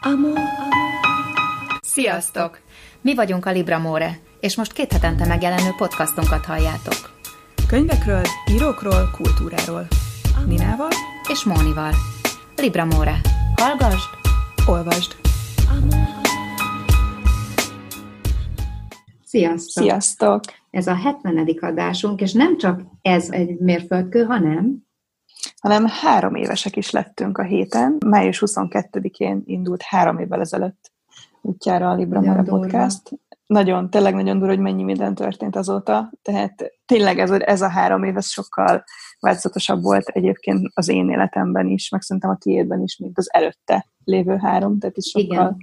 Sziasztok! Mi vagyunk a Libramore, és most 2 hetente megjelenő podcastunkat halljátok. Könyvekről, írókról, kultúráról. Ninával és Mónival. Libramore. Hallgasd, olvasd! Sziasztok! Sziasztok! Ez a 70. adásunk, és nem csak ez egy mérföldkő, hanem 3 évesek is lettünk a héten. Május 22-én indult 3 évvel ezelőtt útjára a Libramore podcast. Tényleg nagyon durva, hogy mennyi minden történt azóta. Tehát tényleg ez a 3 év, ez sokkal változatosabb volt egyébként az én életemben is, meg szerintem a tiédben is, mint az előtte lévő 3. Tehát is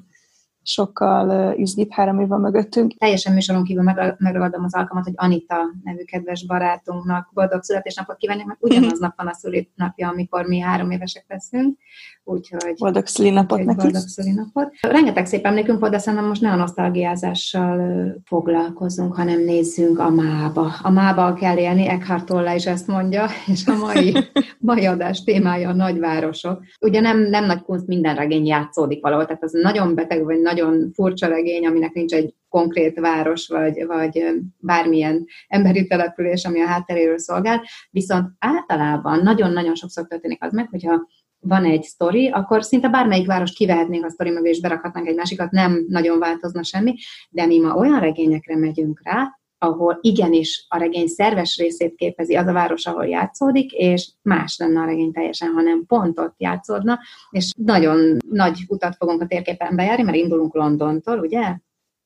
sokkal izgibb 3 év van mögöttünk. Teljesen műsoron kívül megragadom az alkalmat, hogy Anita nevű kedves barátunknak boldog születésnapot kívánjak, mert ugyanaznap van a szülinapja, amikor mi 3 évesek leszünk. Úgyhogy boldog szülinapot neki. Boldog szülinapot. Rengeteg szép emlékünk volt, de szerintem most ne a nosztalgiázással foglalkozunk, hanem nézzünk a mába. A mába kell élni, Eckhart Tolle is ezt mondja, és a mai adás témája a nagyvárosok. Ugye nem nagy kunst, minden regény játszódik valahol, tehát az nagyon beteg, vagy nagyon furcsa regény, aminek nincs egy konkrét város, vagy bármilyen emberi település, ami a hátteréről szolgál, viszont általában nagyon-nagyon sokszor történik az meg, hogyha van egy sztori, akkor szinte bármelyik várost kivehetnénk a sztori mögé, és berakhatnánk egy másikat, nem nagyon változna semmi, de mi ma olyan regényekre megyünk rá, ahol igenis a regény szerves részét képezi az a város, ahol játszódik, és más lenne a regény teljesen, hanem pont ott játszódna, és nagyon nagy utat fogunk a térképen bejárni, mert indulunk Londontól, ugye?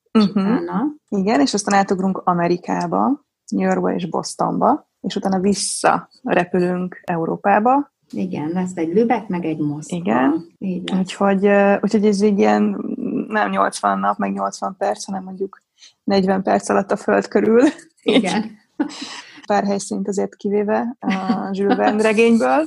Igen, és aztán átugrunk Amerikába, New Yorkba és Bostonba, és utána visszarepülünk Európába. Igen, lesz egy Lübeck, meg egy Moszkva. Igen, úgyhogy ez így ilyen nem 80 nap, meg 80 perc, hanem mondjuk 40 perc alatt a föld körül. Igen. Pár helyszínt azért kivéve a Jules Verne regényből.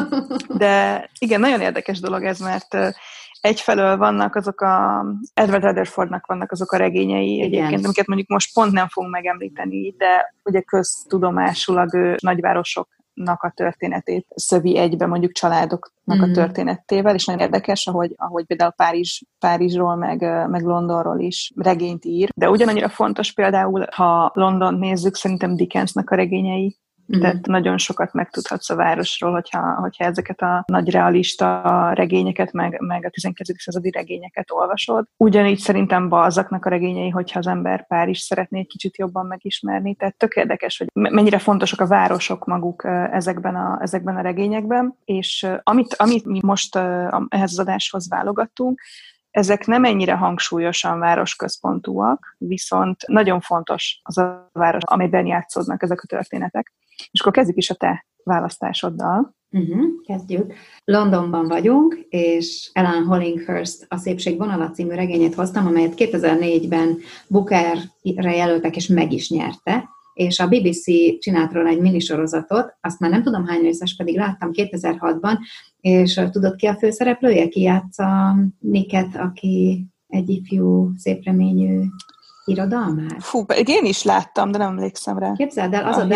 De igen, nagyon érdekes dolog ez, mert egyfelől vannak azok Edward Rutherfordnak vannak azok a regényei egyébként, amiket mondjuk most pont nem fogunk megemlíteni, de ugye köztudomásulag ő nagyvárosoknak a történetét szövi egybe, mondjuk családoknak a történetével, és nagyon érdekes, ahogy például Párizsról, meg Londonról is regényt ír. De ugyanannyira fontos például, ha Londont nézzük, szerintem Dickensnek a regényei. Tehát nagyon sokat megtudhatsz a városról, hogyha ezeket a nagy realista regényeket, meg a 19. századi regényeket olvasod. Ugyanígy szerintem Balzacnak a regényei, hogyha az ember Párizs szeretné egy kicsit jobban megismerni. Tehát tök érdekes, hogy mennyire fontosak a városok maguk ezekben a regényekben. És amit mi most ehhez az adáshoz válogattunk, ezek nem ennyire hangsúlyosan városközpontúak, viszont nagyon fontos az a város, amelyben játszódnak ezek a történetek. És akkor kezdjük is a te választásoddal. Kezdjük. Londonban vagyunk, és Ellen Hollingworth A szépség vonala című regényét hoztam, amelyet 2004-ben Bookerre jelöltek, és meg is nyerte. És a BBC csinált róla egy minisorozatot, azt már nem tudom hány részes, pedig láttam 2006-ban, és tudod ki a főszereplője? Ki játsza Nicket, aki egy ifjú, szépreményű irodalmár? Fú, én is láttam, de nem emlékszem rá. Képzeld el, az a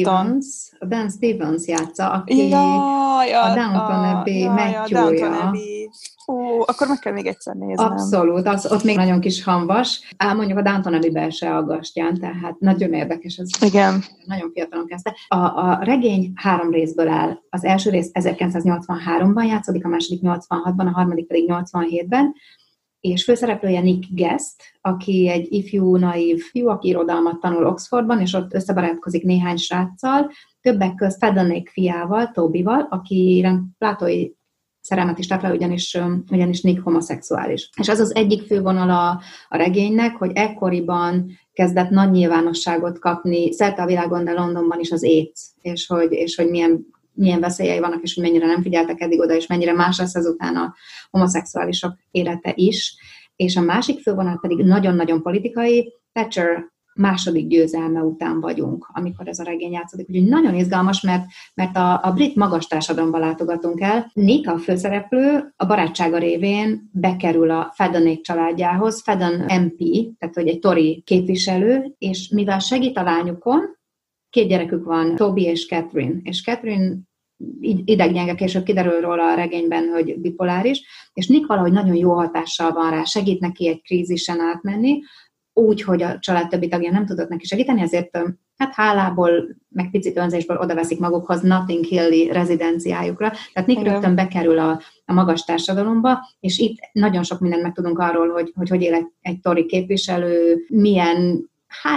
Dan Stevens játsza, aki a Downton Abbey Matthew-ja. Akkor meg kell még egyszer néznem. Abszolút, ott még nagyon kis hamvas. Mondjuk a Downton Abbey-ben se aggasztjan, tehát nagyon érdekes ez. Igen. Nagyon fiatalon kezdte. A regény 3 részből áll. Az első rész 1983-ban játszódik, a második 86-ban, a harmadik pedig 87-ben, és főszereplője Nick Guest, aki egy ifjú, naív fiú, aki irodalmat tanul Oxfordban, és ott összebarátkozik néhány sráccal, többek közt Fedonék fiával, Tobyval, aki plátói szerelmet is táplál, ugyanis Nick homoszexuális. És az az egyik fő vonala a regénynek, hogy ekkoriban kezdett nagy nyilvánosságot kapni szerte a világon, de Londonban is az AIDS, és hogy milyen veszélyei vannak, és hogy mennyire nem figyeltek eddig oda, és mennyire más lesz ezután a homoszexuálisok élete is. És a másik fővonal pedig nagyon-nagyon politikai, Thatcher második győzelme után vagyunk, amikor ez a regény játszódik. Úgyhogy nagyon izgalmas, mert a brit magas társadalomba látogatunk el. Nick, a főszereplő, a barátsága révén bekerül a Fedonék családjához, Fedon MP, tehát hogy egy Tory képviselő, és mivel segít a lányukon, 2 gyerekük van, Toby és Catherine. És Catherine ideggyenge, később kiderül róla a regényben, hogy bipoláris, és Nick valahogy nagyon jó hatással van rá, segít neki egy krízisen átmenni, úgy, hogy a család többi tagja nem tudott neki segíteni, ezért hát hálából, meg picit önzésből odaveszik magukhoz Notting Hill-i rezidenciájukra. Tehát Nick rögtön bekerül a magas társadalomba, és itt nagyon sok mindent megtudunk arról, hogy él egy Tory képviselő, milyen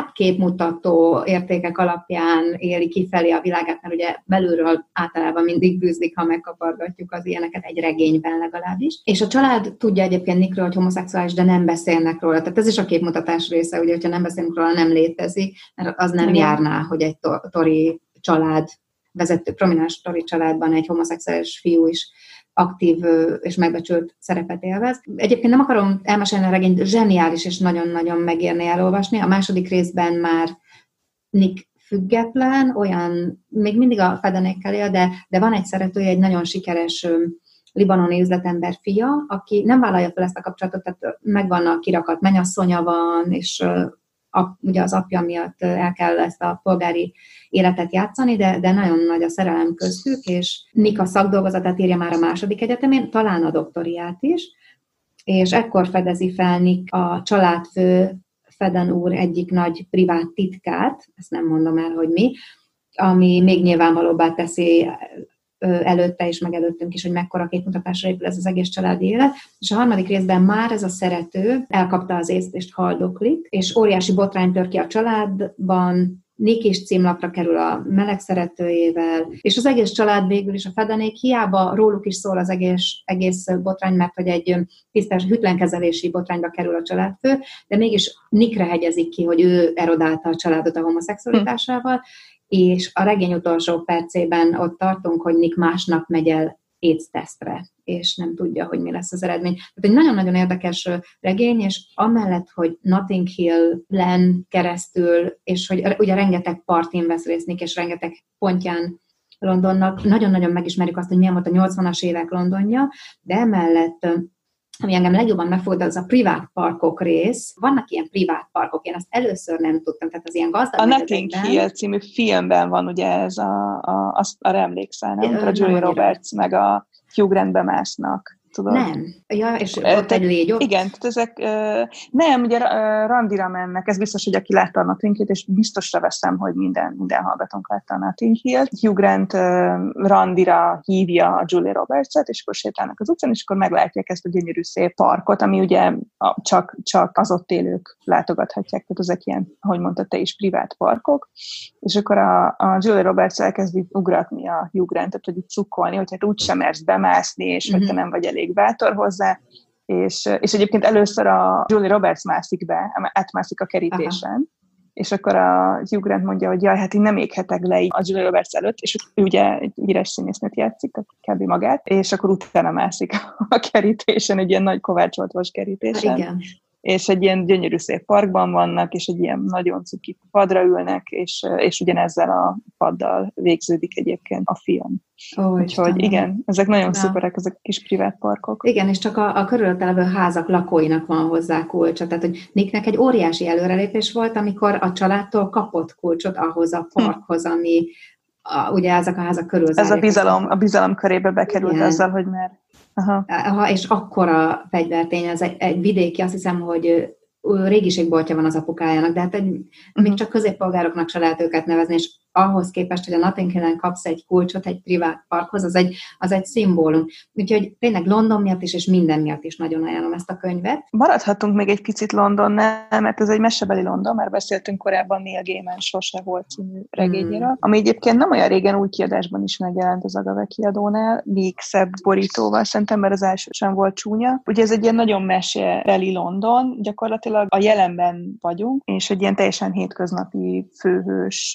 képmutató értékek alapján éli kifelé a világát, mert ugye belülről általában mindig bűzlik, ha megkapargatjuk az ilyeneket egy regényben legalábbis. És a család tudja egyébként Nickről, hogy homoszexuális, de nem beszélnek róla. Tehát ez is a képmutatás része, ugye, hogyha nem beszélünk róla, nem létezik, mert az nem járná, hogy egy Tory család, vezető, prominens Tory családban egy homoszexuális fiú is aktív és megbecsült szerepet élvez. Egyébként nem akarom elmesélni a regényt, zseniális és nagyon-nagyon megérné elolvasni. A második részben már Nick független, olyan, még mindig a fedenékkel él, de van egy szeretője, egy nagyon sikeres libanoni üzletember fia, aki nem vállalja fel ezt a kapcsolatot, tehát megvan a kirakat mennyasszonya van, és ugye az apja miatt el kell ezt a polgári életet játszani, de nagyon nagy a szerelem köztük, és Nick a szakdolgozatát írja már a második egyetemén, talán a doktoriát is, és ekkor fedezi fel Nick a családfő Fedden úr egyik nagy privát titkát, ezt nem mondom el, hogy mi, ami még nyilvánvalóbbá teszi előtte is, meg előttünk is, hogy mekkora képmutatásra épül ez az egész családi élet. És a harmadik részben már ez a szerető elkapta az észt és haldoklik, és óriási botrány tör ki a családban, Nick is címlapra kerül a meleg szeretőjével, és az egész család végül is a fedenék, hiába róluk is szól az egész botrány, mert hogy egy tisztes hűtlenkezelési botrányba kerül a családfő, de mégis Nickre hegyezik ki, hogy ő erodálta a családot a homoszexualitásával, és a regény utolsó percében ott tartunk, hogy Nick másnap megy el AIDS-tesztre, és nem tudja, hogy mi lesz az eredmény. Tehát egy nagyon-nagyon érdekes regény, és amellett, hogy Notting Hill-en keresztül, és hogy ugye rengeteg partin vesz részt Nick, és rengeteg pontján Londonnak, nagyon-nagyon megismerjük azt, hogy milyen volt a 80-as évek Londonja, de emellett ami engem legjobban megfogad, az a privát parkok rész. Vannak ilyen privát parkok, én azt először nem tudtam, tehát az ilyen gazdag... A Notting Hill című filmben van ugye ez arra emlékszel, nem? A Julia Roberts meg a Hugh Grant bemásznak. Tudod? Nem. Ja, és ott egy légy ott? Igen, tehát ezek nem, ugye randira mennek, ez biztos, hogy aki látta a Notting Hill-t, és biztosra veszem, hogy minden hallgatónk látta a Notting Hill-t. Hugh Grant randira hívja a Julia Roberts-et, és akkor sétálnak az utcán, és akkor meglátják ezt a gyönyörű szép parkot, ami ugye csak az ott élők látogathatják, tehát ezek ilyen, ahogy mondtad te is, privát parkok, és akkor a Julia Roberts elkezdi ugratni a Hugh Grantet, hogy itt cukkolni, hogy hát úgysem mersz bemászni, és hogy te nem vagy elég bátor hozzá, és egyébként először a Julia Roberts mászik be, átmászik a kerítésen, aha. És akkor a Hugh Grant mondja, hogy jaj, hát én nem éghetek le a Julia Roberts előtt, és ő ugye egy híres színésznőt játszik, tehát kb. Magát, és akkor utána mászik a kerítésen, egy ilyen nagy kovácsoltvas kerítésen. Igen. És egy ilyen gyönyörű szép parkban vannak, és egy ilyen nagyon cuki padra ülnek, és ugyanezzel a paddal végződik egyébként a film. Úgyhogy igen, ezek nagyon szuperek, ezek a kis privát parkok. Igen, és csak a körülötte levő házak lakóinak van hozzá kulcsa. Tehát, hogy Nicknek egy óriási előrelépés volt, amikor a családtól kapott kulcsot ahhoz a parkhoz, ami ugye ezek a házak körül zárják. Ez a bizalom körébe bekerült, igen. Azzal, hogy már... Aha, és akkora fegyvertény, ez egy vidéki, azt hiszem, hogy régiségboltja van az apukájának, de hát még csak középpolgároknak se lehet őket nevezni, és ahhoz képest, hogy a Notting Hillen kapsz egy kulcsot egy privát parkhoz, az egy szimbólum. Úgyhogy tényleg London miatt is, és minden miatt is nagyon ajánlom ezt a könyvet. Maradhatunk még egy picit Londonnál, mert ez egy mesebeli London, már beszéltünk korábban Neil Gaiman Sose volt című regényéről, ami egyébként nem olyan régen új kiadásban is megjelent az Agave kiadónál, még szebb borítóval, szerintem, mert az első sem volt csúnya. Ugye ez egy ilyen nagyon mesebeli London, gyakorlatilag a jelenben vagyunk, és egy ilyen teljesen hétköznapi főhős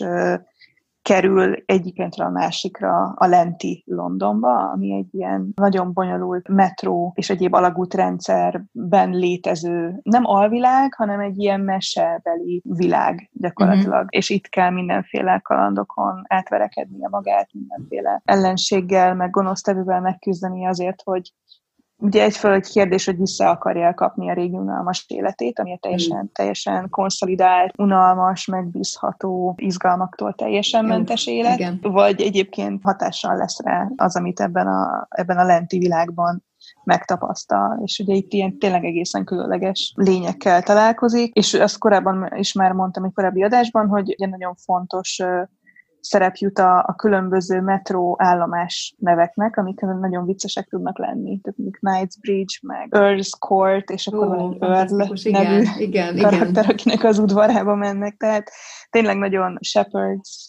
kerül egyikentről a másikra a lenti Londonba, ami egy ilyen nagyon bonyolult metró és egyéb alagútrendszerben létező, nem alvilág, hanem egy ilyen mesebeli világ gyakorlatilag. És itt kell mindenféle kalandokon átverekednie magát, mindenféle ellenséggel, meg gonosztevővel megküzdeni azért, hogy ugye egyfelől egy kérdés, hogy vissza akarja kapni a régi unalmas életét, ami teljesen konszolidált, unalmas, megbízható, izgalmaktól teljesen mentes élet, igen. vagy egyébként hatással lesz rá az, amit ebben a lenti világban megtapasztal, és ugye itt ilyen tényleg egészen különleges lényekkel találkozik, és azt korábban is már mondtam egy korábbi adásban, hogy ugye nagyon fontos szerep jut a különböző metró állomás neveknek, amik nagyon viccesek tudnak lenni. Tehát mondjuk Knightsbridge, meg Earl's Court, és akkor van egy Earl nevű karakter, akinek az udvarába mennek. Tehát tényleg nagyon Shepherds,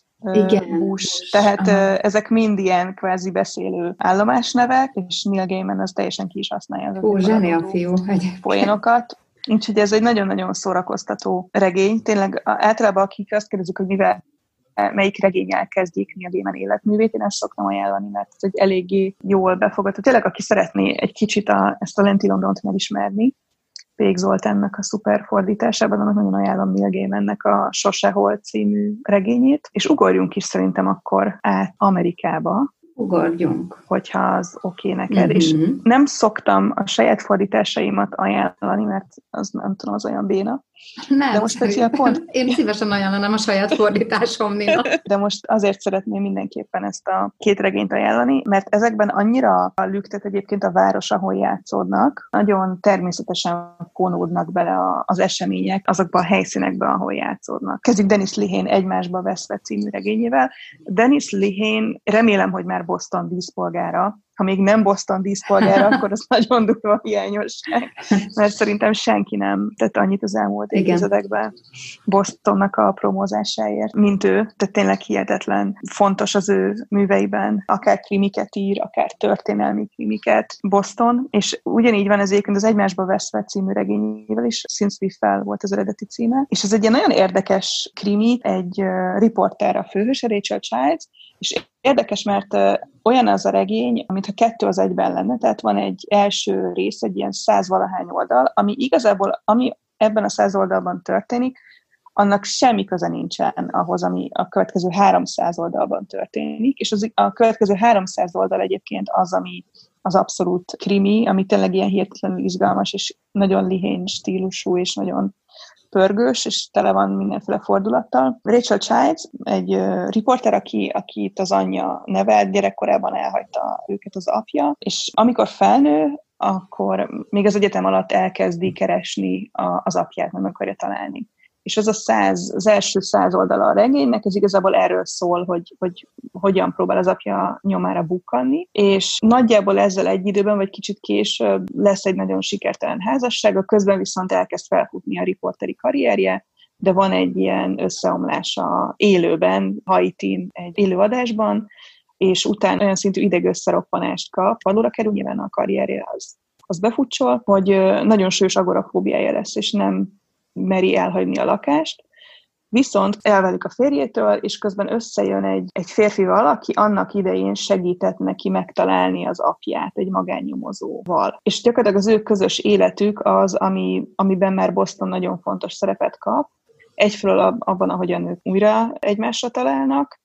Bush, tehát ezek mind ilyen kvázi beszélő állomásnevek, és Neil Gaiman az teljesen ki is használja zseni a fiú poénokat. Úgyhogy ez egy nagyon-nagyon szórakoztató regény. Tényleg általában akik azt kérdezik, hogy melyik regénnyel kezdjék Neil Gaiman életművét, én ezt szoktam ajánlani, mert ez egy eléggé jól befogadható. Tényleg, aki szeretné egy kicsit ezt a Lenti Londont megismerni, Pék Zoltánnak a szuper fordításában, annak nagyon ajánlom Neil Gaimannek a Sosehol című regényét, és ugorjunk is szerintem akkor át Amerikába. Ugorjunk. Hogyha az oké neked. És nem szoktam a saját fordításaimat ajánlani, mert az nem tudom, az olyan béna. Nem, de most speciál pont... Én szívesen ajánlanám a saját fordásom, Nina. De most azért szeretném mindenképpen ezt a két regényt ajánlani, mert ezekben annyira lüktet egyébként a város, ahol játszódnak, nagyon természetesen fonódnak bele az események azokban a helyszínekben, ahol játszódnak. Kezdjük Dennis Lehane Egymásba veszve című regényével. Dennis Lehane, remélem, hogy már Boston díszpolgára. Ha még nem Boston díszpolgára, akkor az nagyon durva hiányosság, mert szerintem senki nem tett annyit az elmúlt évtizedekben Bostonnak a promózásáért, mint ő. Tehát tényleg hihetetlen fontos az ő műveiben, akár krimiket ír, akár történelmi krimiket Boston, és ugyanígy van ez egyébként az Egymásba veszve című regényével is, Since We Fell volt az eredeti címe, és ez egy ilyen nagyon érdekes krimi, egy riporter a főhős, Rachel Childs, és érdekes, mert olyan az a regény, mintha 2 az 1-ben lenne, tehát van egy első rész, egy ilyen 100-valahány oldal, ami igazából, ami ebben a 100 oldalban történik, annak semmi köze nincsen ahhoz, ami a következő 300 oldalban történik, és a következő 300 oldal egyébként az, ami az abszolút krimi, ami tényleg ilyen hihetetlenül izgalmas, és nagyon Lehane stílusú, és nagyon pörgős, és tele van mindenféle fordulattal. Rachel Childs, egy riporter, akit az anyja nevelt, gyerekkorában elhagyta őket az apja, és amikor felnő, akkor még az egyetem alatt elkezdi keresni az apját, nem akarja találni. És az első 100 oldala a regénynek, ez igazából erről szól, hogy hogyan próbál az apja nyomára bukkanni, és nagyjából ezzel egy időben, vagy kicsit később lesz egy nagyon sikertelen házassága, közben viszont elkezd felfutni a riporteri karrierje, de van egy ilyen összeomlása élőben, Haitin egy élőadásban, és utána olyan szintű idegösszeroppanást kap, valóra kerül, nyilván a karrierje az befutcsol, hogy nagyon súlyos agorafóbiája lesz, és nem meri elhagyni a lakást, viszont elválik a férjétől, és közben összejön egy férfival, aki annak idején segített neki megtalálni az apját egy magánnyomozóval. És gyakorlatilag az ő közös életük az, amiben már Boston nagyon fontos szerepet kap, egyfelől abban, ahogyan ők újra egymásra találnak,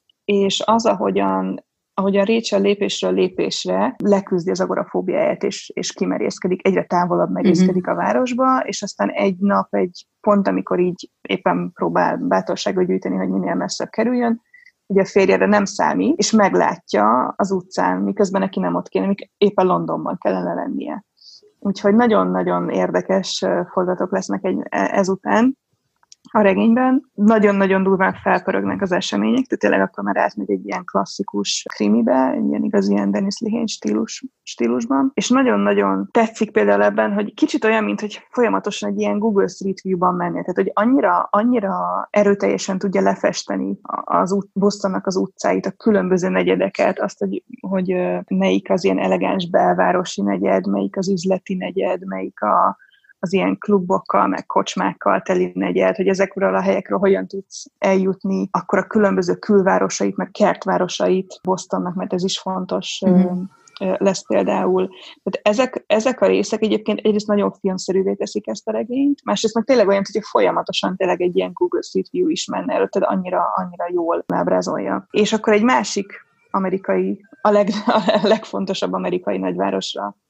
és az, ahogyan Rachel lépésről lépésre leküzdi az agorafóbiáját, és kimerészkedik, egyre távolabb merészkedik a városba, és aztán egy nap, egy pont, amikor így éppen próbál bátorságot gyűjteni, hogy minél messzebb kerüljön, ugye a férjére nem számít, és meglátja az utcán, miközben neki nem ott kéne, éppen Londonban kellene lennie. Úgyhogy nagyon-nagyon érdekes fordulatok lesznek ezután a regényben. Nagyon-nagyon durván felpörögnek az események, tehát tényleg akkor már átmegy egy ilyen klasszikus krimibe, egy ilyen igaz, ilyen Dennis Lehane stílusban. És nagyon-nagyon tetszik például ebben, hogy kicsit olyan, mint hogy folyamatosan egy ilyen Google Street View-ban menni. Tehát, hogy annyira erőteljesen tudja lefesteni Bostonnak az utcáit, a különböző negyedeket, azt, hogy melyik az ilyen elegáns belvárosi negyed, melyik az üzleti negyed, melyik az ilyen klubokkal, meg kocsmákkal teli negyed, hogy ezekről a helyekről hogyan tudsz eljutni, akkor a különböző külvárosait, meg kertvárosait Bostonnak, mert ez is fontos lesz például. Tehát ezek a részek egyébként egyrészt nagyon filmszerűvé teszik ezt a regényt, másrészt meg tényleg olyan, hogy folyamatosan tényleg egy ilyen Google Street View is menne előtted, annyira jól ábrázolja. És akkor egy másik amerikai, a legfontosabb amerikai nagyvárosra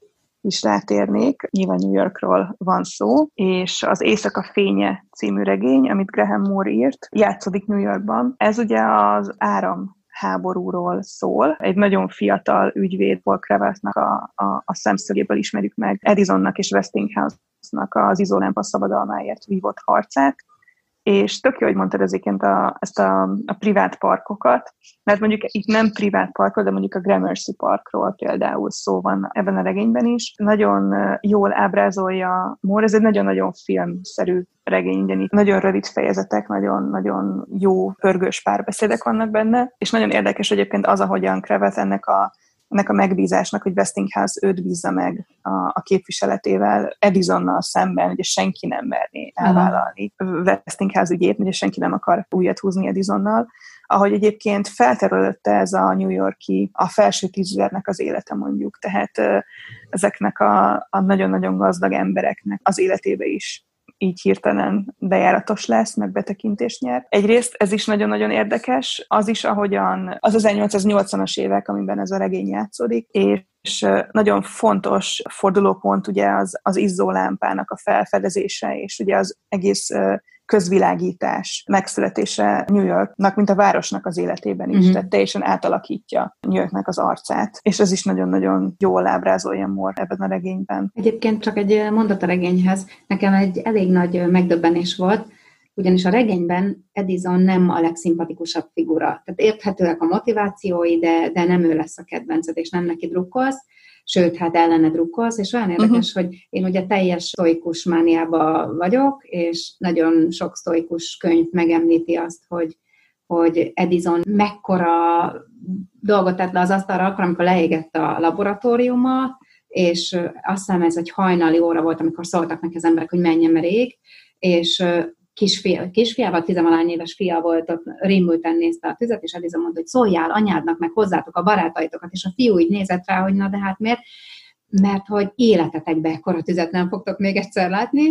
is rátérnék. Nyilván New Yorkról van szó, és az Éjszaka fénye című regény, amit Graham Moore írt, játszódik New Yorkban. Ez ugye az áramháborúról szól. Egy nagyon fiatal ügyvéd, Paul Cravathnak a szemszögéből ismerjük meg Edisonnak és Westinghouse-nak az izolámpa szabadalmáért vívott harcát. És tök jó, hogy mondtad ezt a privát parkokat, mert mondjuk itt nem privát parkról, de mondjuk a Gramercy Parkról például szó van ebben a regényben is. Nagyon jól ábrázolja Moore, ez egy nagyon-nagyon filmszerű regény, ugyanígy nagyon rövid fejezetek, nagyon-nagyon jó pörgős párbeszédek vannak benne, és nagyon érdekes egyébként az, ahogyan Cravath ennek a megbízásnak, hogy Westinghouse őt bízza meg a képviseletével Edisonnal szemben, ugye senki nem merné elvállalni Westinghouse ügyét, ugye senki nem akar újat húzni Edisonnal, ahogy egyébként felterülötte ez a New York-i, a felső tízezernek az élete mondjuk, tehát ezeknek a nagyon-nagyon gazdag embereknek az életébe is így hirtelen bejáratos lesz, meg betekintést nyer. Egyrészt ez is nagyon-nagyon érdekes, az is, ahogyan az 1880-as évek, amiben ez a regény játszódik, és nagyon fontos fordulópont ugye az izzólámpának a felfedezése, és ugye az egész közvilágítás megszületése New Yorknak, mint a városnak az életében is, tehát teljesen átalakítja New Yorknak az arcát, és ez is nagyon-nagyon jól ábrázolja Moore ebben a regényben. Egyébként csak egy mondat a regényhez, nekem egy elég nagy megdöbbenés volt, ugyanis a regényben Edison nem a legszimpatikusabb figura. Tehát érthetőek a motivációi, de nem ő lesz a kedvenced, és nem neki drukkolsz, sőt, hát ellene drukkolsz, és olyan érdekes, hogy én ugye teljes sztoikus mániában vagyok, és nagyon sok sztoikus könyv megemlíti azt, hogy Edison mekkora dolgot tett le az asztalra akkor, amikor leégett a laboratóriuma, és azt hiszem ez egy hajnali óra volt, amikor szóltak neki az emberek, hogy menjen, mert ég, és kisfiával, 10-valány éves fia volt, ott rémülten nézte a tüzet, és Edison mondta, hogy szóljál anyádnak, meg hozzátok a barátaitokat, és a fiú így nézett rá, hogy na de hát miért? Mert hogy életetekbe ekkora tüzet nem fogtok még egyszer látni,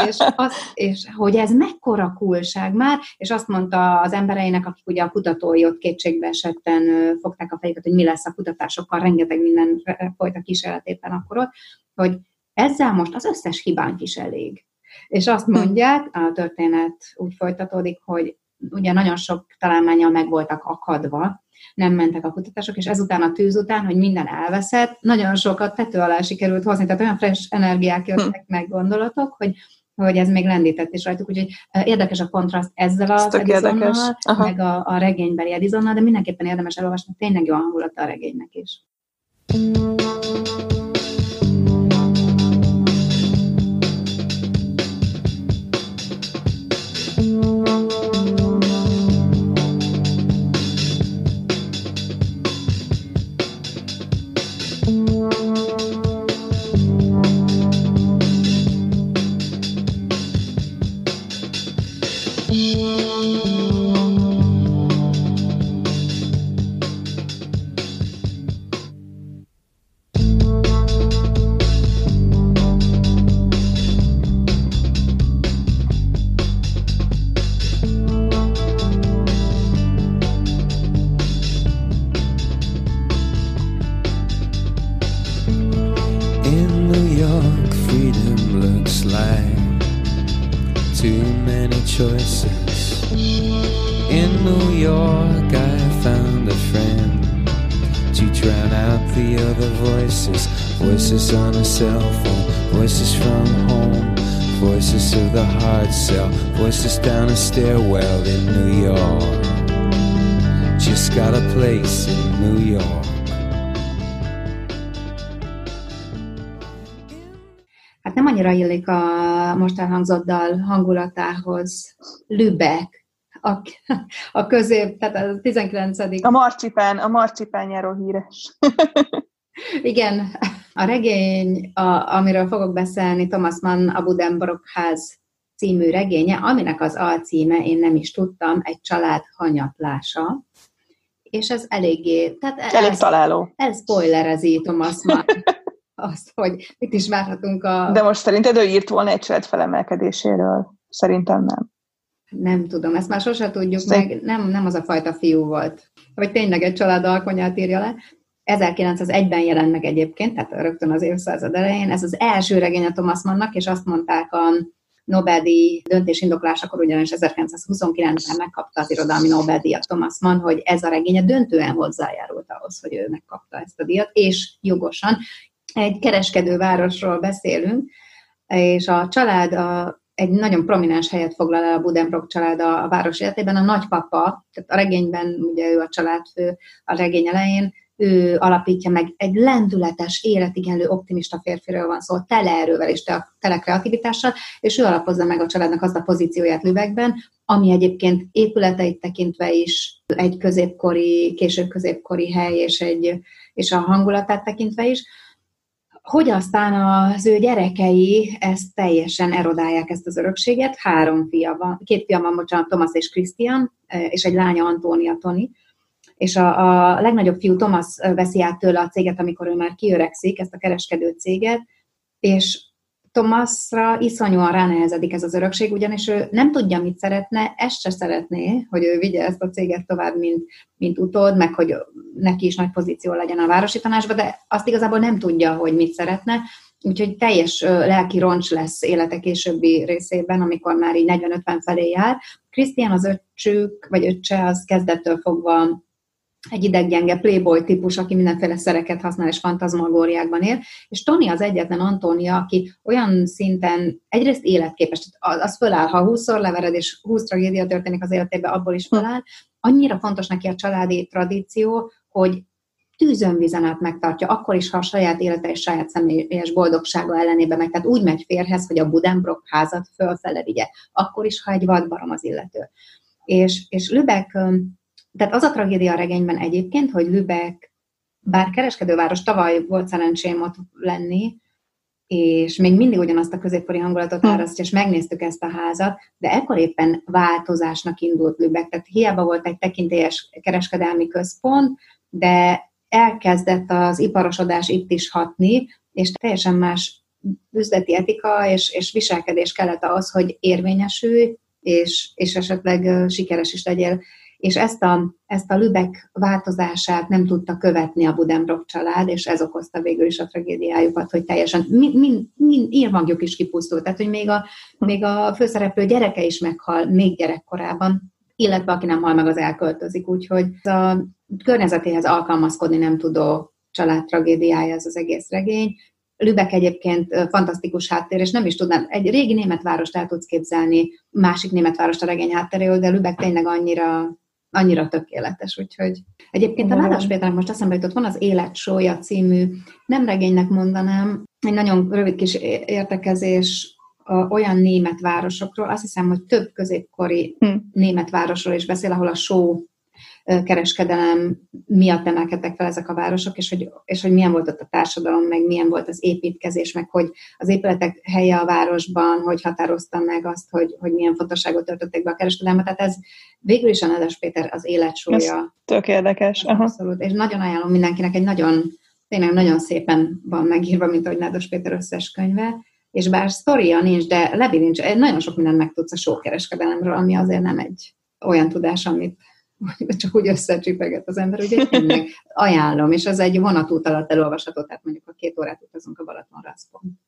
és hogy ez mekkora coolság már, és azt mondta az embereinek, akik ugye a kutatói ott kétségbe esetten fogták a fejüket, hogy mi lesz a kutatásokkal, rengeteg minden folyt a kísérlet éppen akkor ott, hogy ezzel most az összes hibánk is elég. És azt mondják, a történet úgy folytatódik, hogy ugye nagyon sok találmánnyal meg voltak akadva, nem mentek a kutatások, és ezután a tűz után, hogy minden elveszett, nagyon sokat tető alá sikerült hozni, tehát olyan fresh energiák jöttek meg gondolatok, hogy ez még lendített is rajtuk, úgyhogy érdekes a kontraszt ezzel az Edisonnal, meg a regénybeli Edisonnal, de mindenképpen érdemes elolvasni, tényleg jó hangulata a regénynek is. Voices on a cell phone, voices from home, voices of the hard sell, voices down a stairwell in New York. Just got a place in New York. Hát nem annyira illik a most elhangzott dal hangulatához Lübeck, a közép, tehát a 19. A marcipánjáról híres. Igen, a regény, amiről fogok beszélni, Thomas Mann A Buddenbrook ház című regénye, aminek az alcíme, én nem is tudtam, egy család hanyatlása, és ez eléggé... Elég találó. Ez spoilerezi Thomas Mann azt, hogy mit is várhatunk De most szerinted ő írt volna egy család felemelkedéséről? Szerintem nem. Nem tudom, ezt már sose tudjuk meg, nem az a fajta fiú volt. Vagy tényleg egy család alkonyát írja le. 1901-ben jelent meg egyébként, tehát rögtön az évszázad elején. Ez az első regény a Thomas Mannnak, és azt mondták a Nobel-díj döntésindoklásakor, ugyanis 1929-ben megkapta az irodalmi Nobel-díjat Thomas Mann, hogy ez a regénye döntően hozzájárult ahhoz, hogy ő megkapta ezt a díjat, és jogosan. Egy kereskedővárosról beszélünk, és a család egy nagyon prominens helyet foglal el a Buddenbrook család a város életében. A nagypapa, tehát a regényben ugye ő a családfő a regény elején, ő alapítja meg, egy lendületes, életigenlő, optimista férfiről van szó, tele erővel és tele kreativitással, és ő alapozza meg a családnak azt a pozícióját Lübeckben, ami egyébként épületeit tekintve is egy középkori, később középkori hely, és a hangulatát tekintve is, hogy aztán az ő gyerekei ezt teljesen erodálják, ezt az örökséget. 2 fia van, bocsánat, Thomas és Christian, és egy lánya, Antónia, Toni. És a legnagyobb fiú, Thomas, veszi át tőle a céget, amikor ő már kiöregszik, ezt a kereskedő céget, és Thomasra iszonyúan ránehezedik ez az örökség, ugyanis ő nem tudja, mit szeretne, ezt se szeretné, hogy ő vigye ezt a céget tovább, mint utód, meg hogy neki is nagy pozíció legyen a városi tanácsban, de azt igazából nem tudja, hogy mit szeretne, úgyhogy teljes lelki roncs lesz élete későbbi részében, amikor már így 40-50 felé jár. Christian az öccse, az kezdettől fogva egy ideggyenge playboy típus, aki mindenféle szereket használ és fantazmagóriákban él, és Toni az egyetlen Antónia, aki olyan szinten egyrészt életképes, az föláll, ha 20-szor levered, és 20 tragédia történik az életében, abból is föláll. Annyira fontos neki a családi tradíció, hogy tűzön vizen át megtartja, akkor is, ha a saját élete és saját személyes boldogsága ellenében meg, tehát úgy megy férhez, hogy a Buddenbrook házat fölfele vigye, akkor is, ha egy vadbarom az illető. És Lübeck, tehát az a tragédia a regényben egyébként, hogy Lübeck, bár kereskedőváros, tavaly volt szerencsém ott lenni, és még mindig ugyanazt a középkori hangulatot árasztja, és megnéztük ezt a házat, de ekkor éppen változásnak indult Lübeck, tehát hiába volt egy tekintélyes kereskedelmi központ, de elkezdett az iparosodás itt is hatni, és teljesen más üzleti etika és viselkedés kellett ahhoz, hogy érvényesülj, és esetleg sikeres is legyél. És ezt a Lübeck változását nem tudta követni a Buddenbrook család, és ez okozta végül is a tragédiájukat, hogy teljesen írmagjuk is kipusztult, tehát hogy még a főszereplő gyereke is meghal még gyerekkorában, illetve aki nem hal meg, az elköltözik, úgyhogy a környezetéhez alkalmazkodni nem tudó család tragédiája ez az egész regény. Lübeck egyébként fantasztikus háttér, és nem is tudnám, egy régi német várost el tudsz képzelni, másik német várost a regény háttéréről, de Lübeck tényleg annyira tökéletes, úgyhogy egyébként a Nádas Péternek most eszembe jutott, van az Élet sója című, nem regénynek mondanám, egy nagyon rövid kis értekezés olyan német városokról, azt hiszem, hogy több középkori német városról is beszél, ahol a só kereskedelem miatt emelkedtek fel ezek a városok, és hogy milyen volt ott a társadalom, meg milyen volt az építkezés, meg hogy az épületek helye a városban, hogy határozta meg azt, hogy milyen fontosságot töltötték be a kereskedelmet. Tehát ez végül is a Nádas Péter az Élet sója. Ez tök érdekes. Abszolút. És nagyon ajánlom mindenkinek, tényleg nagyon szépen van megírva, mint ahogy Nádas Péter összes könyve, és bár sztoria nincs, de lebilincs, nagyon sok mindent megtudsz a sókereskedelemről, ami azért nem egy olyan tudás, amit csak úgy összecsipeget az ember, ugye tényleg ajánlom, és ez egy vonatút alatt elolvasható, tehát mondjuk a 2 órát utazunk a Balatonra, az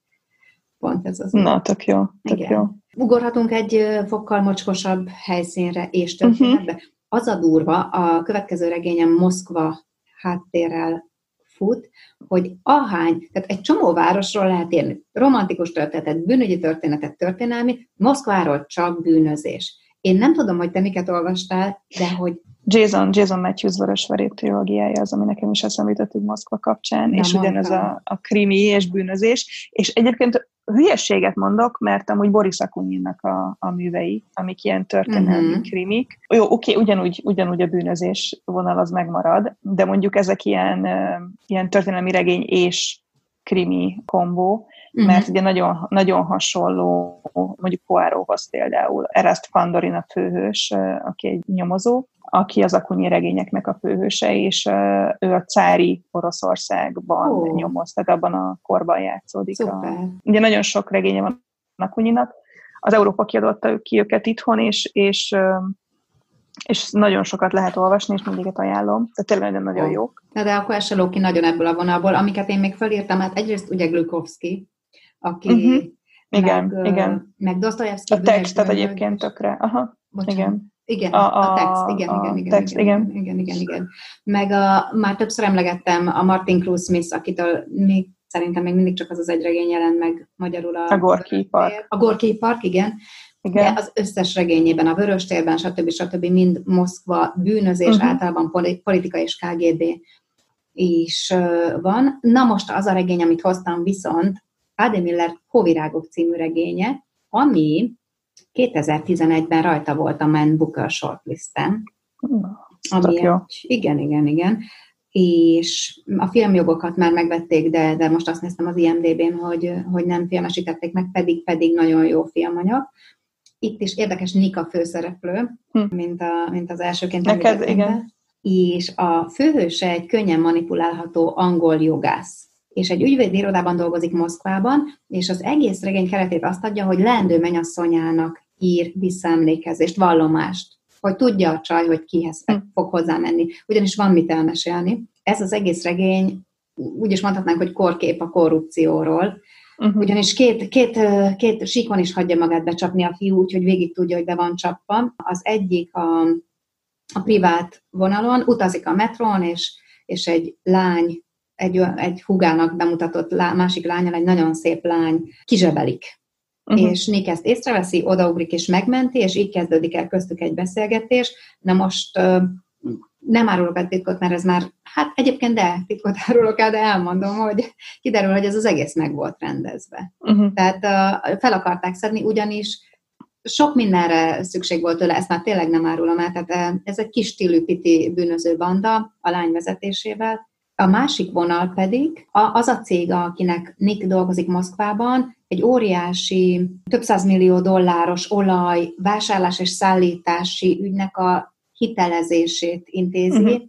pont ez az. Na, tök jó. Ugorhatunk egy fokkal mocskosabb helyszínre és történetbe. Az a durva, a következő regényem Moszkva háttérrel fut, hogy tehát egy csomó városról lehet írni. Romantikus történetet, bűnügyi történetet, történelmi, Moszkváról csak bűnözés. Én nem tudom, hogy te miket olvastál, de hogy... Jason Matthews Vörösveréb trilógiája az, ami nekem is eszembe jutott Moszkva kapcsán, na, és ugyanez a krimi és bűnözés. És egyébként hülyességet mondok, mert amúgy Boris Akunyinnak a művei, amik ilyen történelmi krimik. Jó, oké, ugyanúgy a bűnözés vonal az megmarad, de mondjuk ezek ilyen történelmi regény és krimi kombó, mert ugye nagyon, nagyon hasonló, mondjuk Poirothoz például. Erast Fandorin a főhős, aki egy nyomozó, aki az Akunyi regényeknek a főhőse, és ő a cári Oroszországban nyomoz, tehát abban a korban játszódik. Ugye nagyon sok regénye van Akunyinak. Az Európa kiadotta ki őket itthon, és nagyon sokat lehet olvasni, és mindig ajánlom. Tehát tényleg nagyon jók. Na de akkor ez se lóg ki nagyon ebből a vonalból, amiket én még felírtam, hát egyrészt ugye Glukhovszky, aki igen. meg Dostoyevsky. A textet egyébként tökre. Aha, igen. Igen, a text, igen. Meg már többször emlegettem a Martin Cruz Smith, akitől szerintem még mindig csak az egy regény jelent meg magyarul. A Gorki Park. A Gorki Park, igen. De az összes regényében, a Vöröstérben, stb. Mind Moszkva bűnözés, általában politika és KGB is van. Na most az a regény, amit hoztam viszont, A.D. Miller Hóvirágok című regénye, ami 2011-ben rajta volt a Man Booker shortlisten. Igen. És a filmjogokat már megvették, de most azt néztem az IMDb-n, hogy nem filmesítették meg, pedig nagyon jó filmanyag. Itt is érdekes Nick a főszereplő, mint az elsőként. Neked, igen. És a főhőse egy könnyen manipulálható angol jogász. És egy ügyvédi irodában dolgozik Moszkvában, és az egész regény keretét azt adja, hogy leendő mennyasszonyának ír visszaemlékezést, vallomást, hogy tudja a csaj, hogy kihez fog hozzámenni. Ugyanis van mit elmesélni. Ez az egész regény, úgy is mondhatnánk, hogy korkép a korrupcióról, ugyanis két síkon is hagyja magát becsapni a fiú, úgyhogy végig tudja, hogy be van csapva. Az egyik a privát vonalon, utazik a metrón, és egy lány, egy húgának bemutatott másik lányal, egy nagyon szép lány kizsebelik. És Nick ezt észreveszi, odaugrik és megmenti, és így kezdődik el köztük egy beszélgetés. Na most nem árulok el titkot, mert ez már, hát egyébként titkot árulok el, de elmondom, hogy kiderül, hogy ez az egész meg volt rendezve. Tehát fel akarták szedni, ugyanis sok mindenre szükség volt tőle, ezt már tényleg nem árulom el, tehát ez egy kis stílű piti bűnöző banda a lány vezetésével. A másik vonal pedig az a cég, akinek Nick dolgozik Moszkvában, egy óriási, több $100 millió olaj, vásárlás és szállítási ügynek a hitelezését intézi,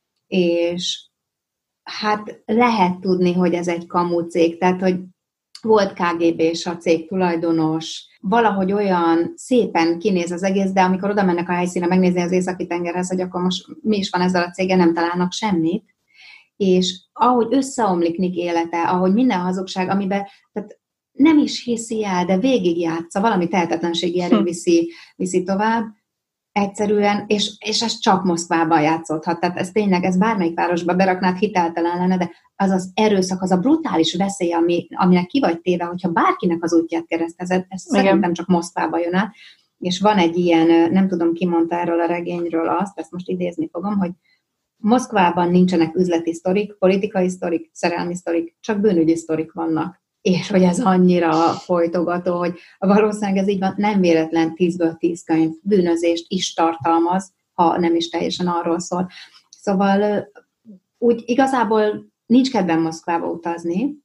és hát lehet tudni, hogy ez egy kamu cég, tehát hogy volt KGB-s a cég tulajdonos, valahogy olyan szépen kinéz az egész, de amikor oda mennek a helyszínre megnézni az Északi-tengerhez, hogy akkor most mi is van ezzel a céggel, nem találnak semmit, és ahogy összeomlik Nick élete, ahogy minden hazugság, amiben tehát nem is hiszi el, de végigjátsza, valami tehetetlenségi erő viszi tovább, egyszerűen, és ez csak Moszkvában játszódhat. Tehát ez tényleg, ez bármelyik városba beraknád, hiteltelen lenne, de az az erőszak, az a brutális veszély, aminek ki vagy téve, hogyha bárkinek az útját keresztezed, ez szerintem csak Moszkvába jön át. És van egy ilyen, nem tudom, ki mondta erről a regényről azt, ezt most idézni fogom, hogy Moszkvában nincsenek üzleti sztorik, politikai sztorik, szerelmi sztorik, csak bűnügyi sztorik vannak. És hogy ez annyira folytogató, hogy valószínűleg ez így van, nem véletlen 10-ből 10 könyv bűnözést is tartalmaz, ha nem is teljesen arról szól. Szóval úgy igazából nincs kedvem Moszkvába utazni.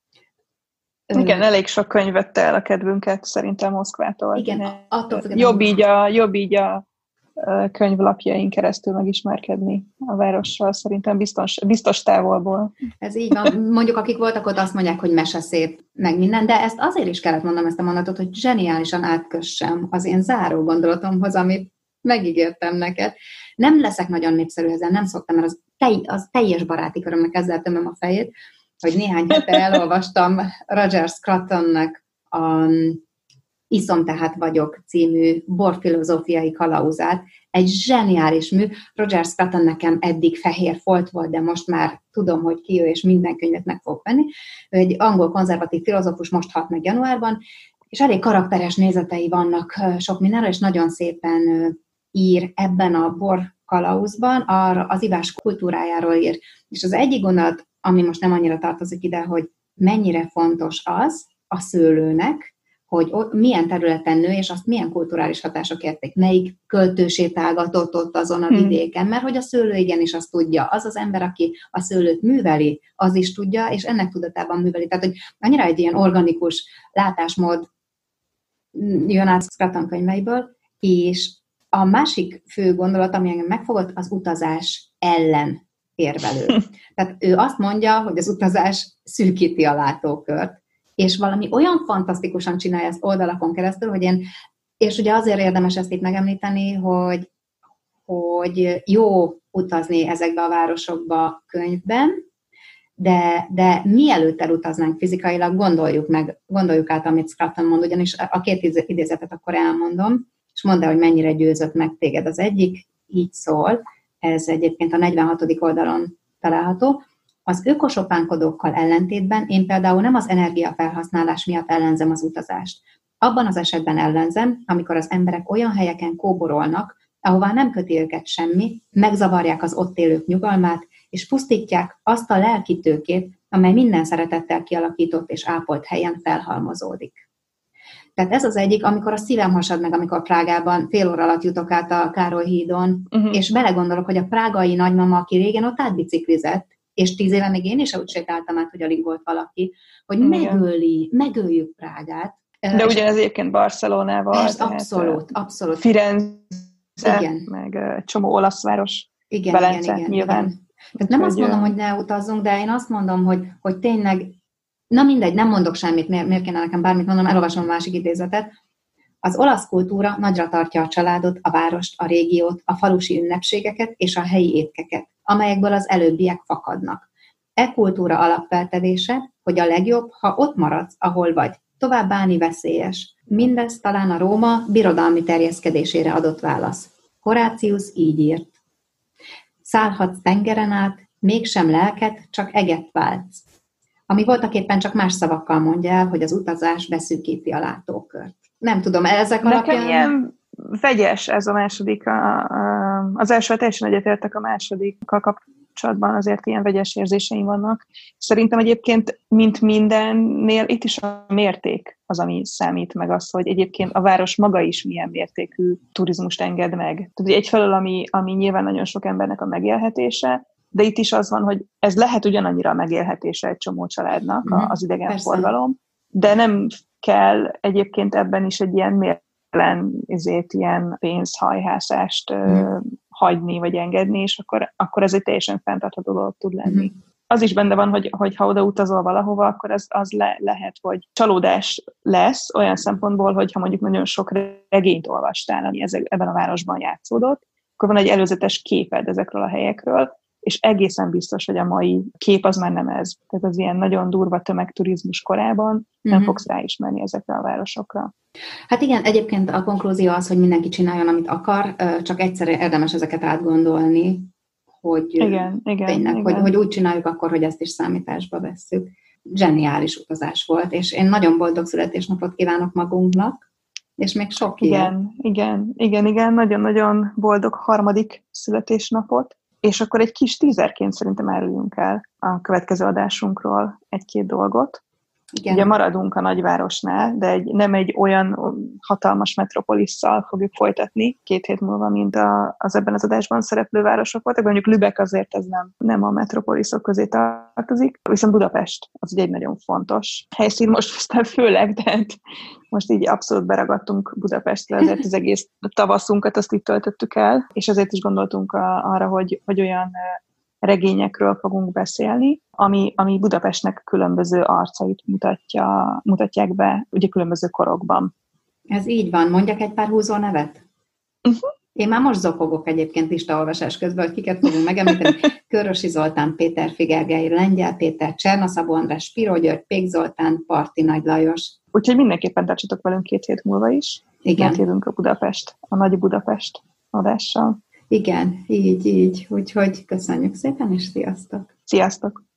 Igen, elég sok könyv vette el a kedvünket szerintem Moszkvától. Igen, attól jobb így a könyvlapjain keresztül megismerkedni a várossal, szerintem biztos távolból. Ez így van. Mondjuk, akik voltak ott, azt mondják, hogy meseszép, meg minden, de ezt azért is kellett mondanom ezt a mondatot, hogy zseniálisan átkössem az én záró gondolatomhoz, amit megígértem neked. Nem leszek nagyon népszerű ezzel, nem szoktam, mert az teljes baráti körömnek ezzel tömöm a fejét, hogy néhány hete elolvastam Roger Scrutonnak a Iszom tehát vagyok című borfilozófiai kalauzát. Egy zseniális mű. Roger Scruton nekem eddig fehér folt volt, de most már tudom, hogy ki ő, és minden könyvet meg fog venni. Ő egy angol konzervatív filozófus, most halt meg januárban, és elég karakteres nézetei vannak sok mindenre, és nagyon szépen ír ebben a bor kalauzban, az ivás kultúrájáról ír. És az egyik gondolat, ami most nem annyira tartozik ide, hogy mennyire fontos az a szőlőnek, hogy milyen területen nő, és azt milyen kulturális hatások érték, melyik költő sétálgatott ott azon a vidéken, mert hogy a szőlő igenis azt tudja. Az az ember, aki a szőlőt műveli, az is tudja, és ennek tudatában műveli. Tehát, hogy annyira egy ilyen organikus látásmód jön át Scruton könyveiből, és a másik fő gondolat, ami engem megfogott, az utazás ellen érvelő. Tehát ő azt mondja, hogy az utazás szűkíti a látókört, és valami olyan fantasztikusan csinálja ezt oldalakon keresztül, hogy és ugye azért érdemes ezt itt megemlíteni, hogy jó utazni ezekbe a városokba könyvben, de mielőtt elutaznánk fizikailag, gondoljuk át, amit Scruton mond, ugyanis a 2 idézetet akkor elmondom, és mondd el, hogy mennyire győzött meg téged. Az egyik így szól, ez egyébként a 46. oldalon található. Az ökosopánkodókkal ellentétben én például nem az energiafelhasználás miatt ellenzem az utazást. Abban az esetben ellenzem, amikor az emberek olyan helyeken kóborolnak, ahová nem köti őket semmi, megzavarják az ott élők nyugalmát, és pusztítják azt a lelki tőkét, amely minden szeretettel kialakított és ápolt helyen felhalmozódik. Tehát ez az egyik, amikor a szívem hasad meg, amikor Prágában fél óra alatt jutok át a Károly hídon, és belegondolok, hogy a prágai nagymama, aki régen ott átbiciklizett, és 10 éve még én is úgy sétáltam át, hogy alig volt valaki, hogy megöljük Prágát. De ugyanez egyébként Barcelonával. Abszolút. Firenze, meg csomó olasz város. Velence, nyilván. Igen. Tehát nem azt mondom, hogy ne utazzunk, de én azt mondom, hogy tényleg, na mindegy, nem mondok semmit, miért kéne nekem bármit mondom, elolvasom a másik idézetet. Az olasz kultúra nagyra tartja a családot, a várost, a régiót, a falusi ünnepségeket és a helyi étkeket, amelyekből az előbbiek fakadnak. E kultúra alapfeltevése, hogy a legjobb, ha ott maradsz, ahol vagy. Tovább állni veszélyes. Mindez talán a Róma birodalmi terjeszkedésére adott válasz. Horatius így írt. Szállhatsz tengeren át, mégsem lelket, csak eget váltsz. Ami voltaképpen csak más szavakkal mondja el, hogy az utazás beszűkíti a látókört. Nem tudom, ezek alapján... Nekem ilyen vegyes ez a második. Az első teljesen egyetértek, a másodikkal kapcsolatban azért ilyen vegyes érzéseim vannak. Szerintem egyébként, mint mindennél, itt is a mérték az, ami számít, meg az, hogy egyébként a város maga is milyen mértékű turizmust enged meg. Tehát egyfelől, ami nyilván nagyon sok embernek a megélhetése, de itt is az van, hogy ez lehet ugyanannyira a megélhetése egy csomó családnak, az idegenforgalom, de nem kell egyébként ebben is egy ilyen mértelen ilyen pénzhajhászást hagyni, vagy engedni, és akkor ez egy teljesen fenntartható dolog tud lenni. Az is benne van, hogy ha oda utazol valahova, akkor az lehet, hogy csalódás lesz olyan szempontból, hogy ha mondjuk nagyon sok regényt olvastál, ami ebben a városban játszódott, akkor van egy előzetes képed ezekről a helyekről, és egészen biztos, hogy a mai kép az már nem ez. Tehát az ilyen nagyon durva tömegturizmus korában nem fogsz ráismerni ezekre a városokra. Hát igen, egyébként a konklúzió az, hogy mindenki csináljon, amit akar, csak egyszerűen érdemes ezeket átgondolni, hogy igen. Hogy úgy csináljuk akkor, hogy ezt is számításba vesszük. Zseniális utazás volt, és én nagyon boldog születésnapot kívánok magunknak, és még sok ilyen. Igen, nagyon-nagyon boldog 3. születésnapot, és akkor egy kis tízerként szerintem áruljunk el a következő adásunkról 1-2 dolgot. Igen. Ugye maradunk a nagyvárosnál, de nem egy olyan hatalmas metropolisszal fogjuk folytatni 2 hét múlva, mint az ebben az adásban szereplő városok voltak. Mondjuk Lübeck azért ez nem a metropoliszok közé tartozik, viszont Budapest az ugye egy nagyon fontos helyszín most aztán főleg, tehát most így abszolút beragadtunk Budapestre, azért az egész tavaszunkat azt itt töltöttük el, és ezért is gondoltunk arra, hogy olyan regényekről fogunk beszélni, ami Budapestnek különböző arcait mutatják be, ugye különböző korokban. Ez így van. Mondjak egy pár húzó nevet? Én már most zokogok egyébként listaolvasás közben, hogy kiket fogunk megemlíteni. Körösi Zoltán, Péter Figergely, Lengyel Péter, Csernaszabó András, Spiró György, Pék Zoltán, Parti Nagy Lajos. Úgyhogy mindenképpen tartsatok velünk 2 hét múlva is. Igen. Mert jövünk a Nagy Budapest adással. Igen, így. Úgyhogy köszönjük szépen, és sziasztok! Sziasztok!